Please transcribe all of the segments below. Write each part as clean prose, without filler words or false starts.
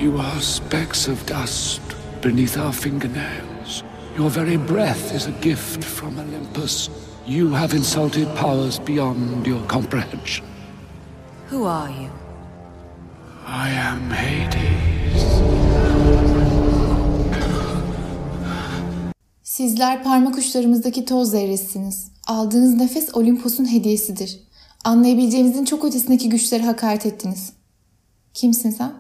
You are specks of dust beneath our fingernails. Your very breath is a gift from Olympus. You have insulted powers beyond your comprehension. Who are you? I am Hades. Sizler parmak uçlarımızdaki toz zerresiniz. Aldığınız nefes Olimpos'un hediyesidir. Anlayabileceğinizin çok ötesindeki güçlere hakaret ettiniz. Kimsin sen?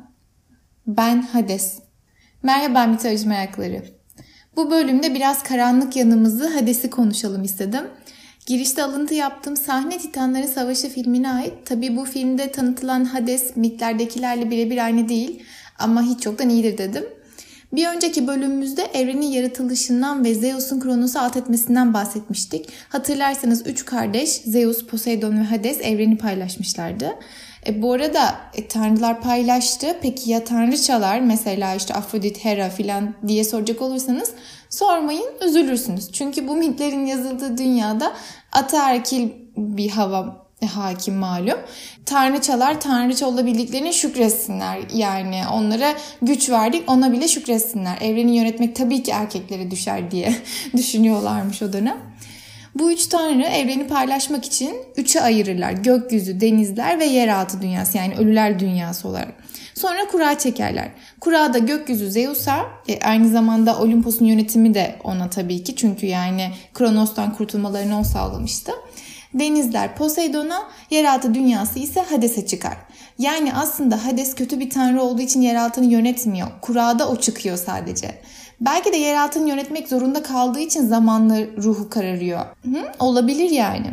Ben Hades. Merhaba mitoloji merakları. Bu bölümde biraz karanlık yanımızı, Hades'i konuşalım istedim. Girişte alıntı yaptığım Sahne Titanların Savaşı filmine ait. Tabii bu filmde tanıtılan Hades mitlerdekilerle birebir aynı değil ama hiç yoktan iyidir dedim. Bir önceki bölümümüzde evrenin yaratılışından ve Zeus'un Kronos'u alt etmesinden bahsetmiştik. Hatırlarsanız 3 kardeş Zeus, Poseidon ve Hades evreni paylaşmışlardı. Bu arada tanrılar paylaştı. Peki ya tanrıçalar, mesela işte Afrodit, Hera filan diye soracak olursanız sormayın, üzülürsünüz. Çünkü bu mitlerin yazıldığı dünyada ataerkil bir hava hakim malum. Tanrıçalar tanrıça olabildiklerine şükretsinler. Yani onlara güç verdik, ona bile şükretsinler. Evreni yönetmek tabii ki erkeklere düşer diye düşünüyorlarmış o dönem. Bu üç tanrı evreni paylaşmak için üçe ayırırlar. Gökyüzü, denizler ve yeraltı dünyası, yani ölüler dünyası olarak. Sonra kura çekerler. Kurada gökyüzü Zeus'a, aynı zamanda Olimpos'un yönetimi de ona tabii ki. Çünkü yani Kronos'tan kurtulmalarını o sağlamıştı. Denizler Poseidon'a, yeraltı dünyası ise Hades'e çıkar. Yani aslında Hades kötü bir tanrı olduğu için yeraltını yönetmiyor. Kurada o çıkıyor sadece. Belki de yeraltını yönetmek zorunda kaldığı için zamanla ruhu kararıyor. Olabilir yani.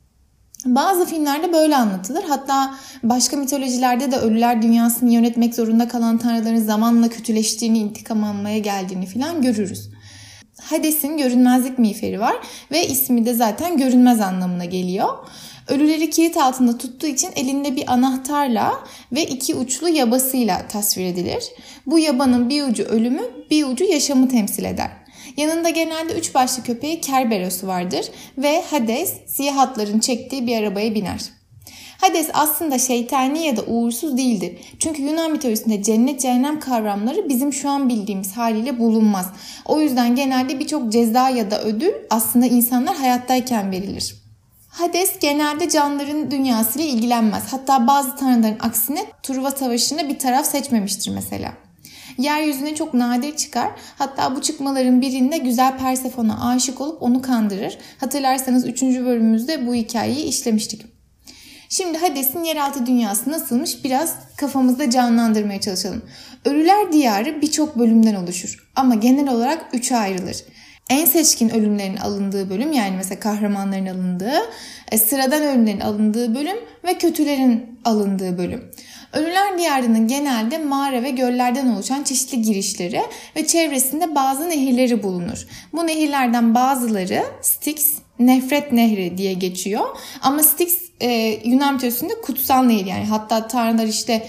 Bazı filmlerde böyle anlatılır. Hatta başka mitolojilerde de ölüler dünyasını yönetmek zorunda kalan tanrıların zamanla kötüleştiğini, intikam almaya geldiğini falan görürüz. Hades'in görünmezlik miğferi var ve ismi de zaten görünmez anlamına geliyor. Ölüleri kilit altında tuttuğu için elinde bir anahtarla ve iki uçlu yabasıyla tasvir edilir. Bu yabanın bir ucu ölümü, bir ucu yaşamı temsil eder. Yanında genelde 3 başlı köpeği Kerberos'u vardır ve Hades siyah atların çektiği bir arabaya biner. Hades aslında şeytani ya da uğursuz değildir. Çünkü Yunan mitolojisinde cennet cehennem kavramları bizim şu an bildiğimiz haliyle bulunmaz. O yüzden genelde birçok ceza ya da ödül aslında insanlar hayattayken verilir. Hades genelde canlıların dünyasıyla ilgilenmez. Hatta bazı tanrıların aksine Truva Savaşı'nda bir taraf seçmemiştir mesela. Yeryüzüne çok nadir çıkar. Hatta bu çıkmaların birinde güzel Persefon'a aşık olup onu kandırır. Hatırlarsanız 3. bölümümüzde bu hikayeyi işlemiştik. Şimdi Hades'in yeraltı dünyası nasılmış biraz kafamızda canlandırmaya çalışalım. Ölüler diyarı birçok bölümden oluşur ama genel olarak 3'e ayrılır. En seçkin ölümlerin alındığı bölüm, yani mesela kahramanların alındığı, sıradan ölümlerin alındığı bölüm ve kötülerin alındığı bölüm. Ölüler diyarının genelde mağara ve göllerden oluşan çeşitli girişleri ve çevresinde bazı nehirleri bulunur. Bu nehirlerden bazıları Styx, Nefret Nehri diye geçiyor. Ama Styx Yunan mitolojisinde kutsal nehir, yani hatta tanrılar işte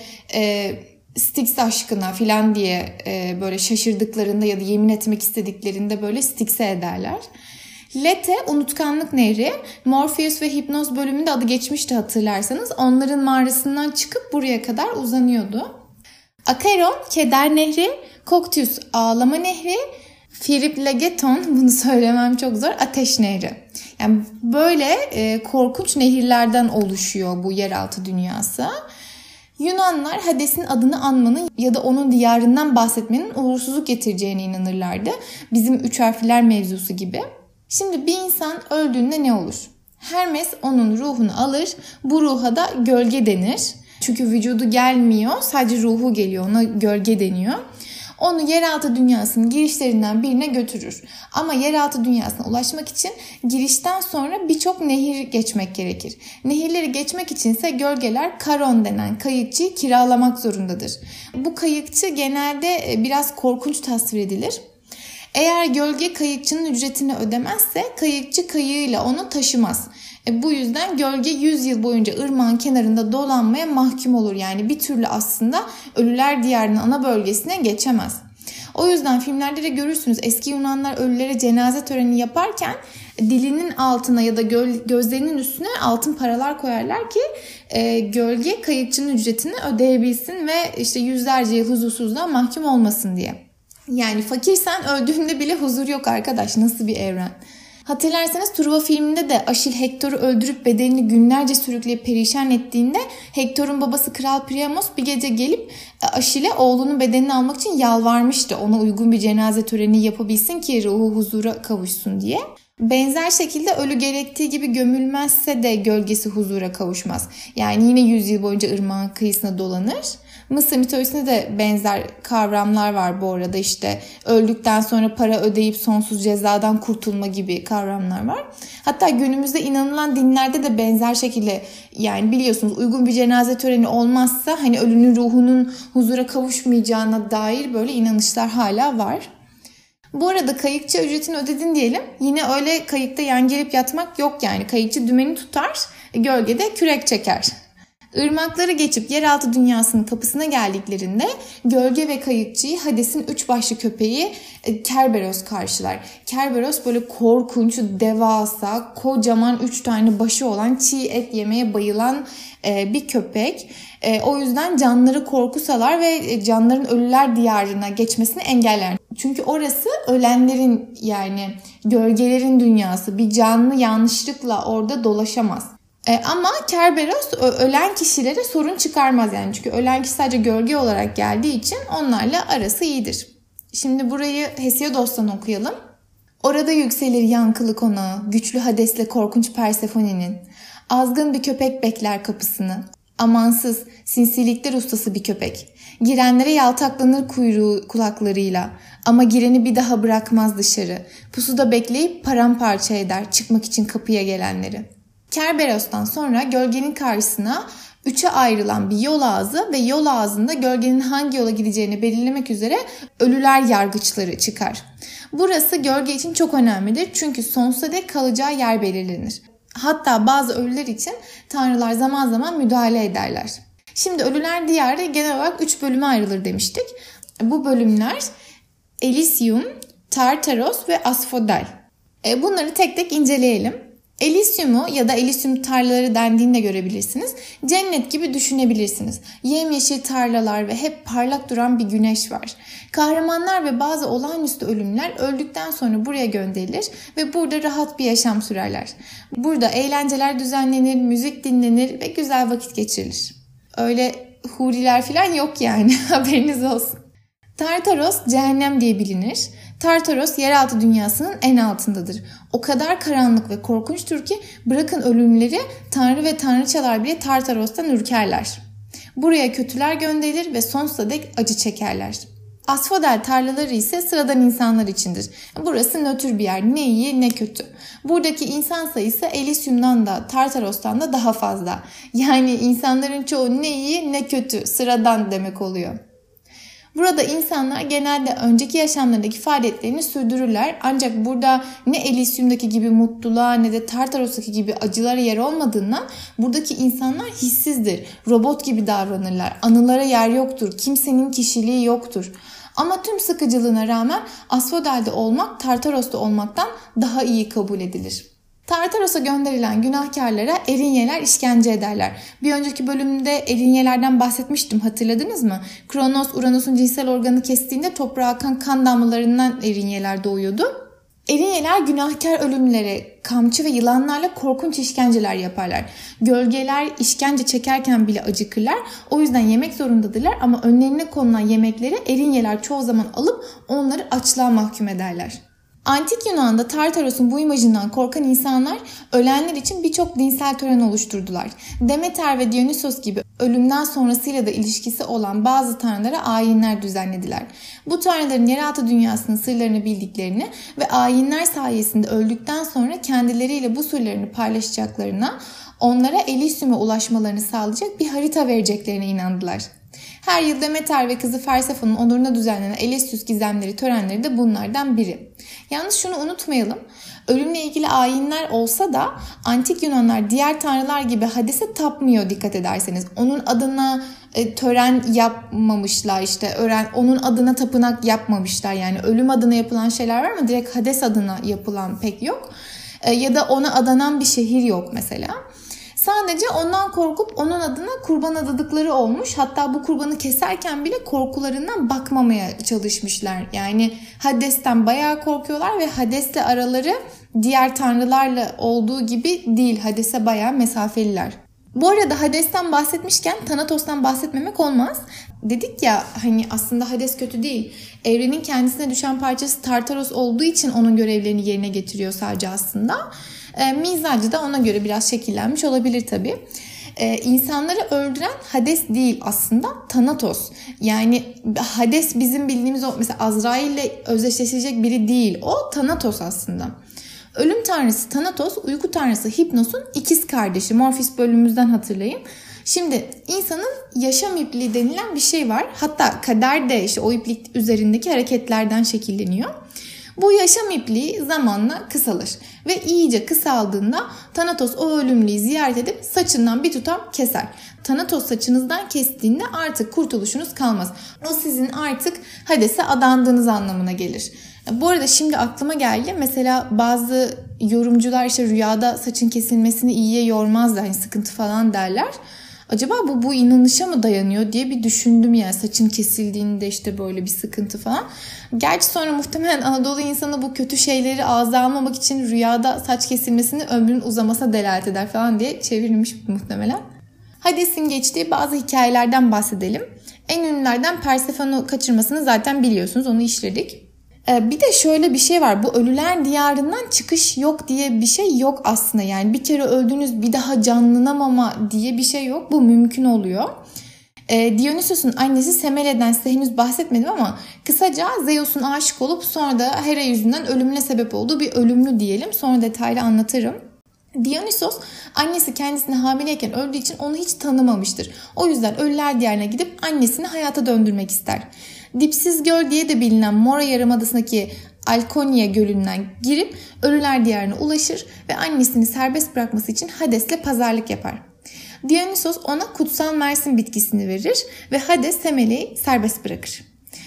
Styx aşkına falan diye böyle şaşırdıklarında ya da yemin etmek istediklerinde böyle Styx'e ederler. Lete, unutkanlık nehri. Morpheus ve Hipnoz bölümünde adı geçmişti hatırlarsanız. Onların mağarasından çıkıp buraya kadar uzanıyordu. Acheron, keder nehri. Coctius, ağlama nehri. Firiplegeton, bunu söylemem çok zor, ateş nehri. Yani böyle korkunç nehirlerden oluşuyor bu yeraltı dünyası. Yunanlar Hades'in adını anmanın ya da onun diyarından bahsetmenin uğursuzluk getireceğine inanırlardı. Bizim 3 harfler mevzusu gibi. Şimdi bir insan öldüğünde ne olur? Hermes onun ruhunu alır. Bu ruha da gölge denir. Çünkü vücudu gelmiyor, sadece ruhu geliyor. Ona gölge deniyor. Onu yeraltı dünyasının girişlerinden birine götürür. Ama yeraltı dünyasına ulaşmak için girişten sonra birçok nehir geçmek gerekir. Nehirleri geçmek içinse gölgeler Karon denen kayıkçıyı kiralamak zorundadır. Bu kayıkçı genelde biraz korkunç tasvir edilir. Eğer gölge kayıkçının ücretini ödemezse kayıkçı kayığıyla onu taşımaz. Bu yüzden gölge 100 yıl boyunca ırmağın kenarında dolanmaya mahkum olur. Yani bir türlü aslında ölüler diyarının ana bölgesine geçemez. O yüzden filmlerde de görürsünüz, eski Yunanlar ölülere cenaze töreni yaparken dilinin altına ya da gözlerinin üstüne altın paralar koyarlar ki gölge kayıkçının ücretini ödeyebilsin ve işte yüzlerce yıl huzursuzluğa mahkum olmasın diye. Yani fakirsen öldüğünde bile huzur yok arkadaş. Nasıl bir evren? Hatırlarsanız Truva filminde de Aşil Hektor'u öldürüp bedenini günlerce sürükleyip perişan ettiğinde Hektor'un babası Kral Priamos bir gece gelip Aşil'e oğlunun bedenini almak için yalvarmıştı. Ona uygun bir cenaze töreni yapabilsin ki ruhu huzura kavuşsun diye. Benzer şekilde ölü gerektiği gibi gömülmezse de gölgesi huzura kavuşmaz. Yani yine 100 yıl boyunca ırmağın kıyısına dolanır. Mısır mitolojisinde de benzer kavramlar var bu arada, işte öldükten sonra para ödeyip sonsuz cezadan kurtulma gibi kavramlar var. Hatta günümüzde inanılan dinlerde de benzer şekilde, yani biliyorsunuz uygun bir cenaze töreni olmazsa hani ölünün ruhunun huzura kavuşmayacağına dair böyle inanışlar hala var. Bu arada kayıkçı ücretini ödedin diyelim. Yine öyle kayıkta yan gelip yatmak yok yani. Kayıkçı dümeni tutar, gölgede kürek çeker. Irmakları geçip yeraltı dünyasının kapısına geldiklerinde gölge ve kayıkçıyı Hades'in 3 başlı köpeği Kerberos karşılar. Kerberos böyle korkunç, devasa, kocaman 3 tane başı olan, çiğ et yemeye bayılan bir köpek. O yüzden canları korku salar ve canların ölüler diyarına geçmesini engeller. Çünkü orası ölenlerin, yani gölgelerin dünyası. Bir canlı yanlışlıkla orada dolaşamaz. Ama Kerberos ölen kişilere sorun çıkarmaz yani. Çünkü ölen kişi sadece gölge olarak geldiği için onlarla arası iyidir. Şimdi burayı Hesiodos'tan okuyalım. Orada yükselir yankılı konağı, güçlü Hades'le korkunç Persephone'nin. Azgın bir köpek bekler kapısını. Amansız, sinsilikler ustası bir köpek. Girenlere yaltaklanır kuyruğu kulaklarıyla. Ama gireni bir daha bırakmaz dışarı. Pusuda bekleyip paramparça eder çıkmak için kapıya gelenleri. Kerberos'tan sonra gölgenin karşısına 3'e ayrılan bir yol ağzı ve yol ağzında gölgenin hangi yola gideceğini belirlemek üzere ölüler yargıçları çıkar. Burası gölge için çok önemlidir çünkü sonsuza dek kalacağı yer belirlenir. Hatta bazı ölüler için tanrılar zaman zaman müdahale ederler. Şimdi ölüler diyarı genel olarak 3 bölüme ayrılır demiştik. Bu bölümler Elysium, Tartaros ve Asphodel. Bunları tek tek inceleyelim. Elysium'u ya da Elysium tarlaları dendiğinde görebilirsiniz. Cennet gibi düşünebilirsiniz. Yemyeşil tarlalar ve hep parlak duran bir güneş var. Kahramanlar ve bazı olağanüstü ölümler öldükten sonra buraya gönderilir ve burada rahat bir yaşam sürerler. Burada eğlenceler düzenlenir, müzik dinlenir ve güzel vakit geçirilir. Öyle huriler falan yok yani, haberiniz olsun. Tartaros cehennem diye bilinir. Tartaros yeraltı dünyasının en altındadır. O kadar karanlık ve korkunçtur ki bırakın ölümleri, tanrı ve tanrıçalar bile Tartaros'tan ürkerler. Buraya kötüler gönderilir ve sonsuza dek acı çekerler. Asphodel tarlaları ise sıradan insanlar içindir. Burası nötr bir yer, ne iyi ne kötü. Buradaki insan sayısı Elysium'dan da Tartaros'tan da daha fazla. Yani insanların çoğu ne iyi ne kötü, sıradan demek oluyor. Burada insanlar genelde önceki yaşamlarındaki faaliyetlerini sürdürürler. Ancak burada ne Elysium'daki gibi mutluluğa ne de Tartaros'taki gibi acılara yer olmadığından buradaki insanlar hissizdir. Robot gibi davranırlar. Anılara yer yoktur. Kimsenin kişiliği yoktur. Ama tüm sıkıcılığına rağmen Asphodel'de olmak Tartaros'ta olmaktan daha iyi kabul edilir. Tartaros'a gönderilen günahkarlara Erinyeler işkence ederler. Bir önceki bölümde Erinyelerden bahsetmiştim, hatırladınız mı? Kronos Uranüs'ün cinsel organı kestiğinde toprağa akan kan damlalarından Erinyeler doğuyordu. Erinyeler günahkar ölümlere kamçı ve yılanlarla korkunç işkenceler yaparlar. Gölgeler işkence çekerken bile acıkırlar. O yüzden yemek zorundadırlar ama önlerine konulan yemekleri Erinyeler çoğu zaman alıp onları açlığa mahkum ederler. Antik Yunan'da Tartaros'un bu imajından korkan insanlar ölenler için birçok dinsel tören oluşturdular. Demeter ve Dionysos gibi ölümden sonrasıyla da ilişkisi olan bazı tanrılara ayinler düzenlediler. Bu tanrıların yeraltı dünyasının sırlarını bildiklerini ve ayinler sayesinde öldükten sonra kendileriyle bu sırlarını paylaşacaklarına, onlara Elysium'a ulaşmalarını sağlayacak bir harita vereceklerine inandılar. Her yıl Demeter ve kızı Persephone'un onuruna düzenlenen Eleusis gizemleri törenleri de bunlardan biri. Yalnız şunu unutmayalım. Ölümle ilgili ayinler olsa da antik Yunanlar diğer tanrılar gibi Hades'e tapmıyor dikkat ederseniz. Onun adına tören yapmamışlar, işte onun adına tapınak yapmamışlar. Yani ölüm adına yapılan şeyler var ama direkt Hades adına yapılan pek yok. Ya da ona adanan bir şehir yok mesela. Sadece ondan korkup onun adına kurban adadıkları olmuş. Hatta bu kurbanı keserken bile korkularından bakmamaya çalışmışlar. Yani Hades'ten bayağı korkuyorlar ve Hades'le araları diğer tanrılarla olduğu gibi değil. Hades'e bayağı mesafeliler. Bu arada Hades'ten bahsetmişken Thanatos'tan bahsetmemek olmaz. Dedik ya hani aslında Hades kötü değil. Evrenin kendisine düşen parçası Tartaros olduğu için onun görevlerini yerine getiriyor sadece aslında. Mizacı da ona göre biraz şekillenmiş olabilir tabii. İnsanları öldüren Hades değil aslında Thanatos. Yani Hades bizim bildiğimiz o mesela Azrail ile özdeşleşecek biri değil. O Thanatos aslında. Ölüm tanrısı Thanatos, uyku tanrısı Hipnos'un ikiz kardeşi. Morpheus bölümümüzden hatırlayın. Şimdi insanın yaşam ipliği denilen bir şey var. Hatta kader de işte o iplik üzerindeki hareketlerden şekilleniyor. Bu yaşam ipliği zamanla kısalır ve iyice kısaldığında Thanatos o ölümlüyü ziyaret edip saçından bir tutam keser. Thanatos saçınızdan kestiğinde artık kurtuluşunuz kalmaz. O sizin artık Hades'e adandığınız anlamına gelir. Bu arada şimdi aklıma geldi. Mesela bazı yorumcular işte rüyada saçın kesilmesini iyiye yormazlar. Hani sıkıntı falan derler. Acaba bu inanışa mı dayanıyor diye bir düşündüm yani saçın kesildiğinde işte böyle bir sıkıntı falan. Gerçi sonra muhtemelen Anadolu insanı bu kötü şeyleri ağza almamak için rüyada saç kesilmesini ömrün uzamasına delalet eder falan diye çevrilmiş muhtemelen. Hades'in geçtiği bazı hikayelerden bahsedelim. En ünlülerden Persephone'u kaçırmasını zaten biliyorsunuz, onu işledik. Bir de şöyle bir şey var. Bu ölüler diyarından çıkış yok diye bir şey yok aslında. Yani bir kere öldünüz bir daha canlanamama diye bir şey yok. Bu mümkün oluyor. Dionysos'un annesi Semele'den size henüz bahsetmedim ama kısaca Zeus'un aşık olup sonra da Hera yüzünden ölümüne sebep olduğu bir ölümlü diyelim. Sonra detaylı anlatırım. Dionysos annesi kendisine hamileyken öldüğü için onu hiç tanımamıştır. O yüzden ölüler diyarına gidip annesini hayata döndürmek ister. Dipsiz Göl diye de bilinen Mora Yarımadası'ndaki Alkonia Gölü'nden girip ölüler diyarına ulaşır ve annesini serbest bırakması için Hades'le pazarlık yapar. Dionysos ona kutsal Mersin bitkisini verir ve Hades Semele'yi serbest bırakır.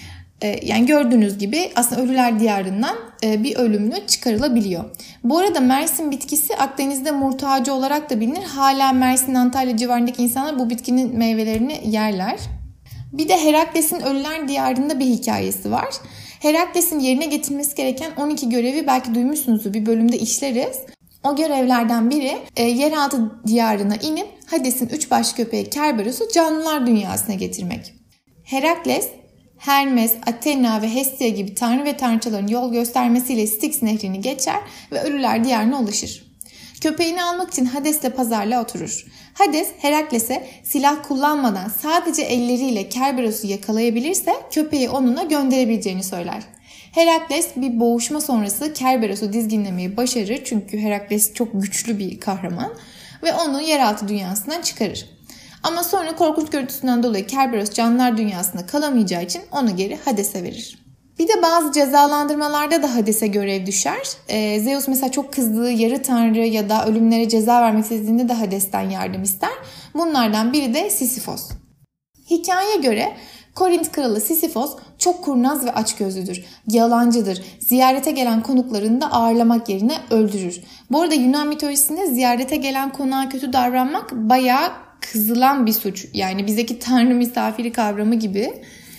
Yani gördüğünüz gibi aslında ölüler diyarından bir ölümlü çıkarılabiliyor. Bu arada Mersin bitkisi Akdeniz'de murt ağacı olarak da bilinir. Hala Mersin, Antalya civarındaki insanlar bu bitkinin meyvelerini yerler. Bir de Herakles'in ölüler diyarında bir hikayesi var. Herakles'in yerine getirmesi gereken 12 görevi belki duymuşsunuzdur, bir bölümde işleriz. O görevlerden biri yeraltı diyarına inip Hades'in 3 baş köpeği Kerberos'u canlılar dünyasına getirmek. Herakles, Hermes, Athena ve Hestia gibi tanrı ve tanrıçaların yol göstermesiyle Styx nehrini geçer ve ölüler diyarına ulaşır. Köpeğini almak için Hades'le pazarlığa oturur. Hades, Herakles'e silah kullanmadan sadece elleriyle Kerberos'u yakalayabilirse köpeği onunla gönderebileceğini söyler. Herakles bir boğuşma sonrası Kerberos'u dizginlemeyi başarır çünkü Herakles çok güçlü bir kahraman ve onu yeraltı dünyasından çıkarır. Ama sonra korkunç görüntüsünden dolayı Kerberos canlılar dünyasında kalamayacağı için onu geri Hades'e verir. Bir de bazı cezalandırmalarda da Hades'e görev düşer. Zeus mesela çok kızdığı yarı tanrı ya da ölümlere ceza vermek istediğinde de Hades'ten yardım ister. Bunlardan biri de Sisyphos. Hikayeye göre Korint kralı Sisyphos çok kurnaz ve açgözlüdür. Yalancıdır. Ziyarete gelen konuklarını da ağırlamak yerine öldürür. Bu arada Yunan mitolojisinde ziyarete gelen konağa kötü davranmak bayağı kızılan bir suç. Yani bizdeki tanrı misafiri kavramı gibi.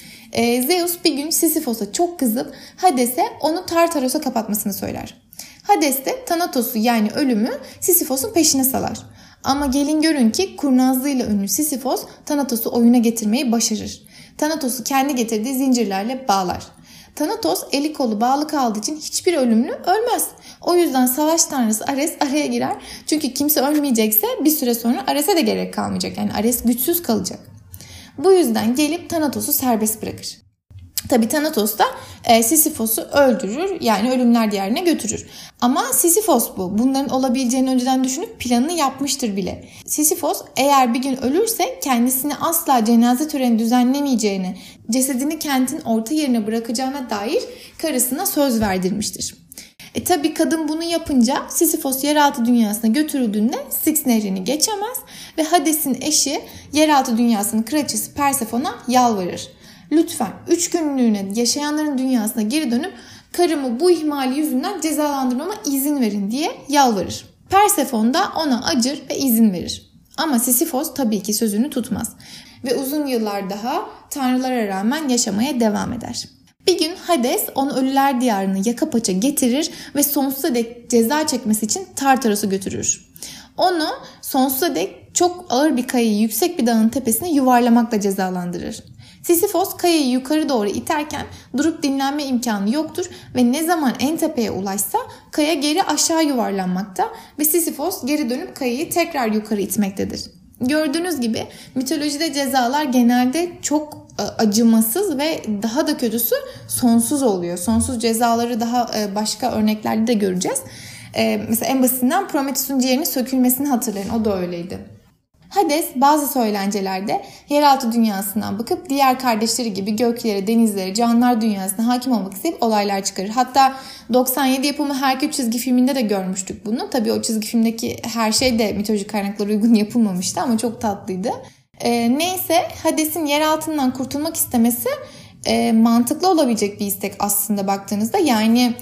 Zeus bir gün Sisyphos'a çok kızıp Hades'e onu Tartaros'a kapatmasını söyler. Hades de Thanatos'u yani ölümü Sisyphos'un peşine salar. Ama gelin görün ki kurnazlığıyla ünlü Sisyphos Thanatos'u oyuna getirmeyi başarır. Thanatos'u kendi getirdiği zincirlerle bağlar. Thanatos eli kolu bağlı kaldığı için hiçbir ölümlü ölmez. O yüzden savaş tanrısı Ares araya girer. Çünkü kimse ölmeyecekse bir süre sonra Ares'e de gerek kalmayacak. Yani Ares güçsüz kalacak. Bu yüzden gelip Thanatos'u serbest bırakır. Tabii Thanatos da Sisyphos'u öldürür, yani ölümler diyarına götürür. Ama Sisyphos bu. Bunların olabileceğini önceden düşünüp planını yapmıştır bile. Sisyphos eğer bir gün ölürse kendisine asla cenaze töreni düzenlemeyeceğini, cesedini kentin orta yerine bırakacağına dair karısına söz verdirmiştir. Tabii kadın bunu yapınca Sisyphos yeraltı dünyasına götürüldüğünde Styx nehrini geçemez ve Hades'in eşi yeraltı dünyasının kraliçesi Persephone'a yalvarır. Lütfen 3 günlüğüne yaşayanların dünyasına geri dönüp Karımı bu ihmali yüzünden cezalandırmama izin verin diye yalvarır. Persefone da ona acır ve izin verir. Ama Sisyphos tabii ki sözünü tutmaz ve uzun yıllar daha tanrılara rağmen yaşamaya devam eder. Bir gün Hades onu ölüler diyarına yaka paça getirir ve sonsuza dek ceza çekmesi için Tartaros'a götürür. Onu sonsuza dek çok ağır bir kayayı yüksek bir dağın tepesine yuvarlamakla cezalandırır. Sisyphos kayayı yukarı doğru iterken durup dinlenme imkanı yoktur ve ne zaman en tepeye ulaşsa kaya geri aşağı yuvarlanmakta ve Sisyphos geri dönüp kayayı tekrar yukarı itmektedir. Gördüğünüz gibi mitolojide cezalar genelde çok acımasız ve daha da kötüsü sonsuz oluyor. Sonsuz cezaları daha başka örneklerde de göreceğiz. Mesela en basitinden Prometheus'un ciğerinin sökülmesini hatırlayın. O da öyleydi. Hades bazı söylencelerde yeraltı dünyasından bakıp diğer kardeşleri gibi göklere, denizlere, canlılar dünyasına hakim olmak isteyip olaylar çıkarır. Hatta 97 yapımı Herkül çizgi filminde de görmüştük bunu. Tabii o çizgi filmdeki her şey de mitolojik kaynaklara uygun yapılmamıştı ama çok tatlıydı. Neyse Hades'in yer altından kurtulmak istemesi mantıklı olabilecek bir istek aslında baktığınızda. Yani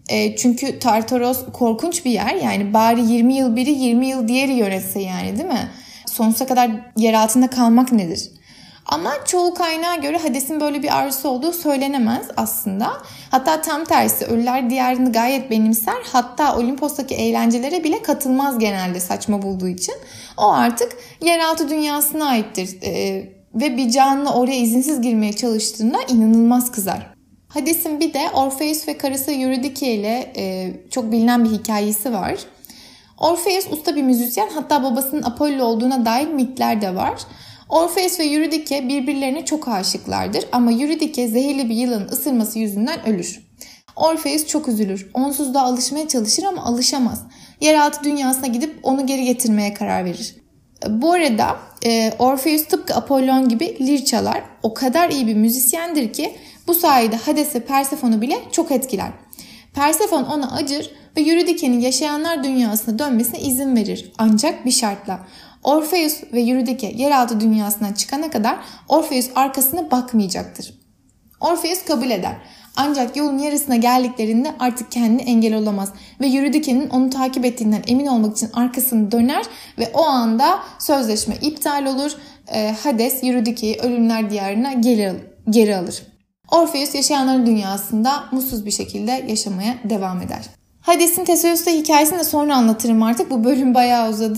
çünkü Tartaros korkunç bir yer. Yani bari 20 yıl biri 20 yıl diğeri yönetse yani değil mi? Sonsuza kadar yer altında kalmak nedir? Ama çoğu kaynağa göre Hades'in böyle bir arzusu olduğu söylenemez aslında. Hatta tam tersi ölüler diyarını gayet benimser. Hatta Olimpos'taki eğlencelere bile katılmaz genelde saçma bulduğu için. O artık yeraltı dünyasına aittir. Ve bir canlı oraya izinsiz girmeye çalıştığında inanılmaz kızar. Hades'in bir de Orpheus ve karısı Eurydice ile çok bilinen bir hikayesi var. Orpheus usta bir müzisyen, hatta babasının Apollo olduğuna dair mitler de var. Orpheus ve Eurydice birbirlerine çok aşıklardır ama Eurydice zehirli bir yılanın ısırması yüzünden ölür. Orpheus çok üzülür. Onsuz da alışmaya çalışır ama alışamaz. Yeraltı dünyasına gidip onu geri getirmeye karar verir. Bu arada Orpheus tıpkı Apollon gibi lir çalar. O kadar iyi bir müzisyendir ki bu sayede Hades ve Persephone'u bile çok etkiler. Persephone ona acır ve Eurydice'nin yaşayanlar dünyasına dönmesine izin verir. Ancak bir şartla. Orpheus ve Eurydice yeraltı dünyasından çıkana kadar Orpheus arkasına bakmayacaktır. Orpheus kabul eder. Ancak yolun yarısına geldiklerinde artık kendine engel olamaz ve Eurydice'nin onu takip ettiğinden emin olmak için arkasını döner ve o anda sözleşme iptal olur. Hades Eurydice'yi ölümler diyarına geri alır. Orpheus yaşayanların dünyasında mutsuz bir şekilde yaşamaya devam eder. Hades'in Theseus'ta hikayesini de sonra anlatırım artık. Bu bölüm bayağı uzadı.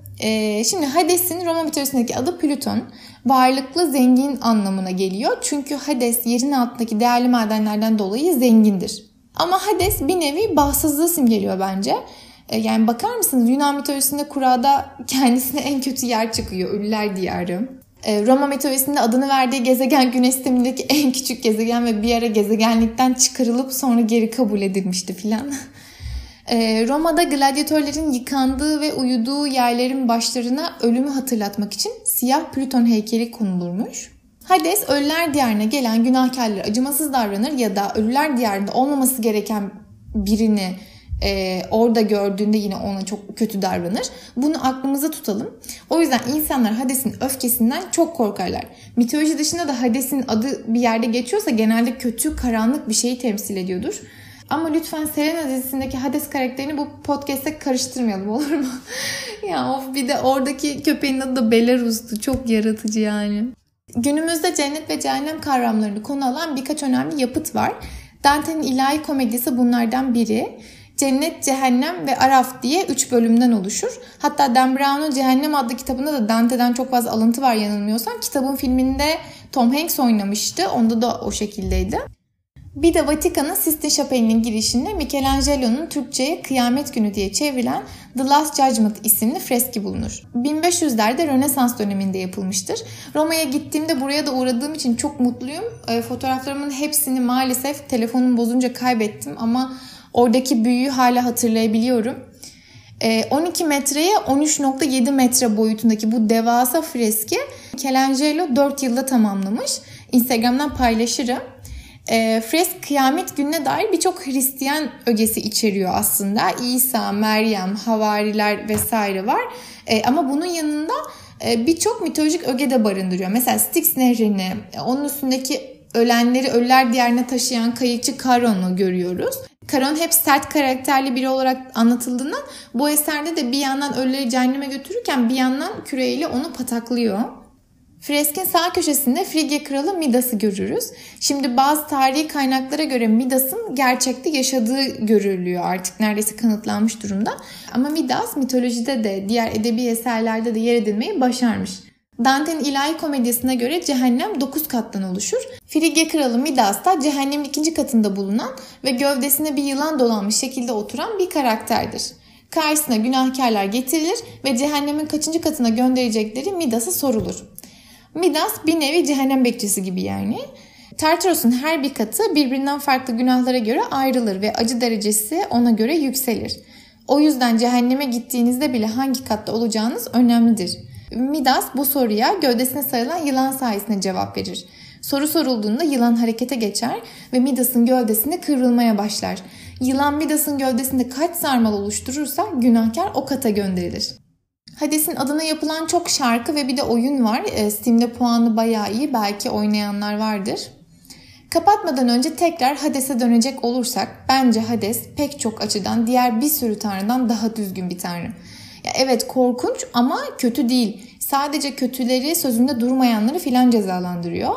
Şimdi Hades'in Roma mitolojisindeki adı Plüton. Varlıklı, zengin anlamına geliyor. Çünkü Hades yerin altındaki değerli madenlerden dolayı zengindir. Ama Hades bir nevi bahtsızlığı simgeliyor bence. Yani bakar mısınız Yunan mitolojisinde kurada kendisine en kötü yer çıkıyor. Ölüler diyarı. Roma mitolojisinde adını verdiği gezegen Güneş sistemindeki en küçük gezegen ve bir ara gezegenlikten çıkarılıp sonra geri kabul edilmişti filan. Roma'da gladyatörlerin yıkandığı ve uyuduğu yerlerin başlarına ölümü hatırlatmak için siyah Plüton heykeli konulurmuş. Hades ölüler diyarına gelen günahkarlara acımasız davranır ya da ölüler diyarında olmaması gereken birini orada gördüğünde yine ona çok kötü davranır. Bunu aklımıza tutalım. O yüzden insanlar Hades'in öfkesinden çok korkarlar. Mitoloji dışında da Hades'in adı bir yerde geçiyorsa genelde kötü, karanlık bir şeyi temsil ediyordur. Ama lütfen Selena dizisindeki Hades karakterini bu podcast'te karıştırmayalım, olur mu? Ya bir de oradaki köpeğin adı da Belarus'tu. Çok yaratıcı yani. Günümüzde cennet ve cehennem kavramlarını konu alan birkaç önemli yapıt var. Dante'nin ilahi komedyası bunlardan biri. Cennet, Cehennem ve Araf diye 3 bölümden oluşur. Hatta Dan Brown'un Cehennem adlı kitabında da Dante'den çok fazla alıntı var yanılmıyorsam. Kitabın filminde Tom Hanks oynamıştı. Onda da o şekildeydi. Bir de Vatikan'ın Sistine Şapeli'nin girişinde Michelangelo'nun Türkçe'ye Kıyamet Günü diye çevrilen The Last Judgment isimli freski bulunur. 1500'lerde Rönesans döneminde yapılmıştır. Roma'ya gittiğimde buraya da uğradığım için çok mutluyum. Fotoğraflarımın hepsini maalesef telefonum bozunca kaybettim ama oradaki büyüyü hala hatırlayabiliyorum. 12 metreye 13.7 metre boyutundaki bu devasa freski Michelangelo 4 yılda tamamlamış. Instagram'dan paylaşırım. Fresk kıyamet gününe dair birçok Hristiyan ögesi içeriyor aslında. İsa, Meryem, havariler vesaire var. Ama bunun yanında birçok mitolojik öge de barındırıyor. Mesela Styx nehrini, onun üstündeki ölenleri ölüler diyarına taşıyan kayıkçı Charon'u görüyoruz. Charon hep sert karakterli biri olarak anlatıldığından bu eserde de bir yandan ölüleri cehenneme götürürken bir yandan küreğiyle onu pataklıyor. Freskin sağ köşesinde Frigya kralı Midas'ı görürüz. Şimdi bazı tarihi kaynaklara göre Midas'ın gerçekte yaşadığı görülüyor, artık neredeyse kanıtlanmış durumda. Ama Midas mitolojide de diğer edebi eserlerde de yer edinmeyi başarmış. Dante'nin İlahi Komedyası'na göre cehennem 9 kattan oluşur. Frigya kralı Midas da cehennemin 2. katında bulunan ve gövdesine bir yılan dolanmış şekilde oturan bir karakterdir. Karşısına günahkarlar getirilir ve cehennemin kaçıncı katına gönderecekleri Midas'a sorulur. Midas bir nevi cehennem bekçisi gibi yani. Tartaros'un her bir katı birbirinden farklı günahlara göre ayrılır ve acı derecesi ona göre yükselir. O yüzden cehenneme gittiğinizde bile hangi katta olacağınız önemlidir. Midas bu soruya gövdesine sarılan yılan sayesinde cevap verir. Soru sorulduğunda yılan harekete geçer ve Midas'ın gövdesinde kıvrılmaya başlar. Yılan Midas'ın gövdesinde kaç sarmal oluşturursa günahkar o kata gönderilir. Hades'in adına yapılan çok şarkı ve bir de oyun var. Steam'de puanı bayağı iyi. Belki oynayanlar vardır. Kapatmadan önce tekrar Hades'e dönecek olursak bence Hades pek çok açıdan diğer bir sürü tanrıdan daha düzgün bir tanrı. Ya evet, korkunç ama kötü değil. Sadece kötüleri, sözünde durmayanları filan cezalandırıyor.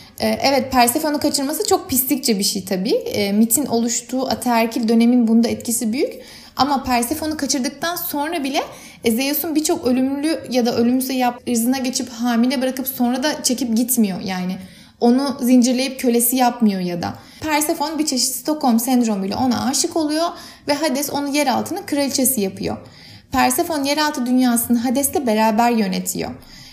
Evet, Persephone'u kaçırması çok pislikçe bir şey tabii. Mitin oluştuğu ataerkil dönemin bunda etkisi büyük. Ama Persephone'u kaçırdıktan sonra bile Zeus'un birçok ölümlü ya da ölümsüz ırzına geçip hamile bırakıp sonra da çekip gitmiyor. Yani onu zincirleyip kölesi yapmıyor ya da. Persephone bir çeşit Stockholm sendromuyla ona aşık oluyor ve Hades onu yeraltının kraliçesi yapıyor. Persephone yeraltı dünyasını Hades'le beraber yönetiyor.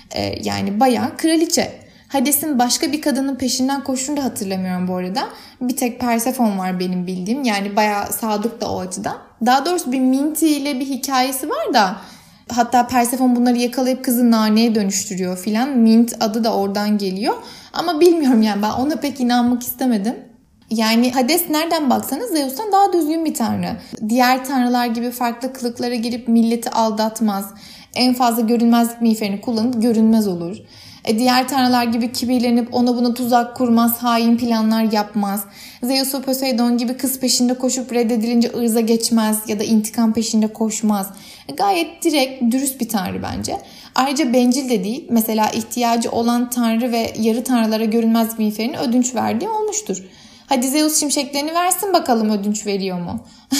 Yani bayağı kraliçe. Hades'in başka bir kadının peşinden koştuğunu da hatırlamıyorum bu arada. Bir tek Persephone var benim bildiğim. Yani bayağı sadık da o açıdan. Daha doğrusu bir Minty ile bir hikayesi var da. Hatta Persephone bunları yakalayıp kızı naneye dönüştürüyor filan. Mint adı da oradan geliyor. Ama bilmiyorum yani, ben ona pek inanmak istemedim. Yani Hades nereden baksanız Zeus'tan daha düzgün bir tanrı. Diğer tanrılar gibi farklı kılıklara girip milleti aldatmaz. En fazla görünmezlik miğferini kullanıp görünmez olur. Diğer tanrılar gibi kibirlenip ona buna tuzak kurmaz, hain planlar yapmaz. Zeus ve Poseidon gibi kız peşinde koşup reddedilince ırza geçmez ya da intikam peşinde koşmaz. Gayet direkt, dürüst bir tanrı bence. Ayrıca bencil de değil. Mesela ihtiyacı olan tanrı ve yarı tanrılara görünmez miğferini ödünç verdiği olmuştur. Hadi Zeus şimşeklerini versin bakalım, ödünç veriyor mu?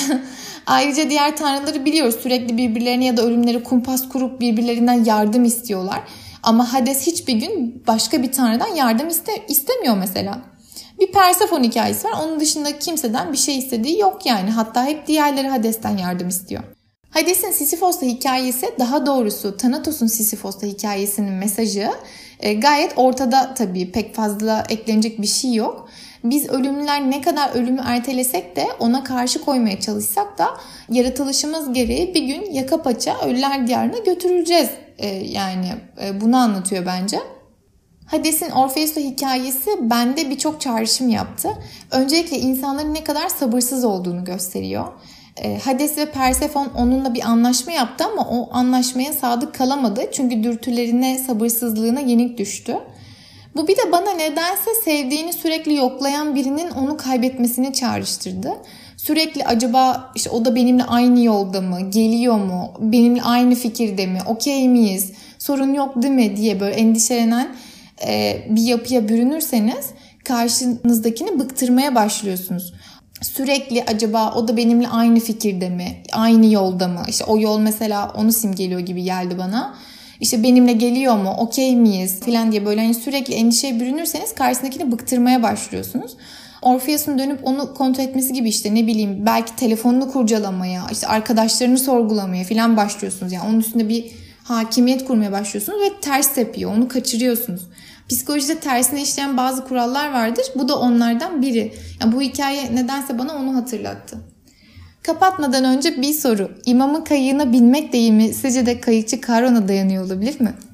Ayrıca diğer tanrıları biliyoruz. Sürekli birbirlerine ya da ölümleri kumpas kurup birbirlerinden yardım istiyorlar. Ama Hades hiçbir gün başka bir tanrıdan yardım istemiyor mesela. Bir Persephone hikayesi var. Onun dışında kimseden bir şey istediği yok yani. Hatta hep diğerleri Hades'ten yardım istiyor. Hades'in Sisyphos'la hikayesi, daha doğrusu Thanatos'un Sisyphos'la hikayesinin mesajı gayet ortada tabii. Pek fazla eklenecek bir şey yok. Biz ölümlüler ne kadar ölümü ertelesek de, ona karşı koymaya çalışsak da yaratılışımız gereği bir gün yaka paça ölüler diyarına götürüleceğiz. Yani bunu anlatıyor bence. Hades'in Orpheus'la hikayesi bende birçok çağrışım yaptı. Öncelikle insanların ne kadar sabırsız olduğunu gösteriyor. Hades ve Persephone onunla bir anlaşma yaptı ama o anlaşmaya sadık kalamadı. Çünkü dürtülerine, sabırsızlığına yenik düştü. Bu bir de bana nedense sevdiğini sürekli yoklayan birinin onu kaybetmesini çağrıştırdı. Sürekli acaba işte o da benimle aynı yolda mı, geliyor mu, benimle aynı fikirde mi, okey miyiz, sorun yok değil mi diye böyle endişelenen bir yapıya bürünürseniz karşınızdakini bıktırmaya başlıyorsunuz. Sürekli acaba o da benimle aynı fikirde mi, aynı yolda mı, işte o yol mesela onu simgeliyor gibi geldi bana. İşte benimle geliyor mu, okey miyiz falan diye böyle hani sürekli endişeye bürünürseniz karşısındakini bıktırmaya başlıyorsunuz. Orpheus'un dönüp onu kontrol etmesi gibi, işte ne bileyim belki telefonunu kurcalamaya, işte arkadaşlarını sorgulamaya falan başlıyorsunuz. Yani onun üstünde bir hakimiyet kurmaya başlıyorsunuz ve ters tepiyor, onu kaçırıyorsunuz. Psikolojide tersine işleyen bazı kurallar vardır. Bu da onlardan biri. Yani bu hikaye nedense bana onu hatırlattı. Kapatmadan önce bir soru. İmamın kayığına binmek deyimi sizce de kayıkçı Charon'a dayanıyor olabilir mi?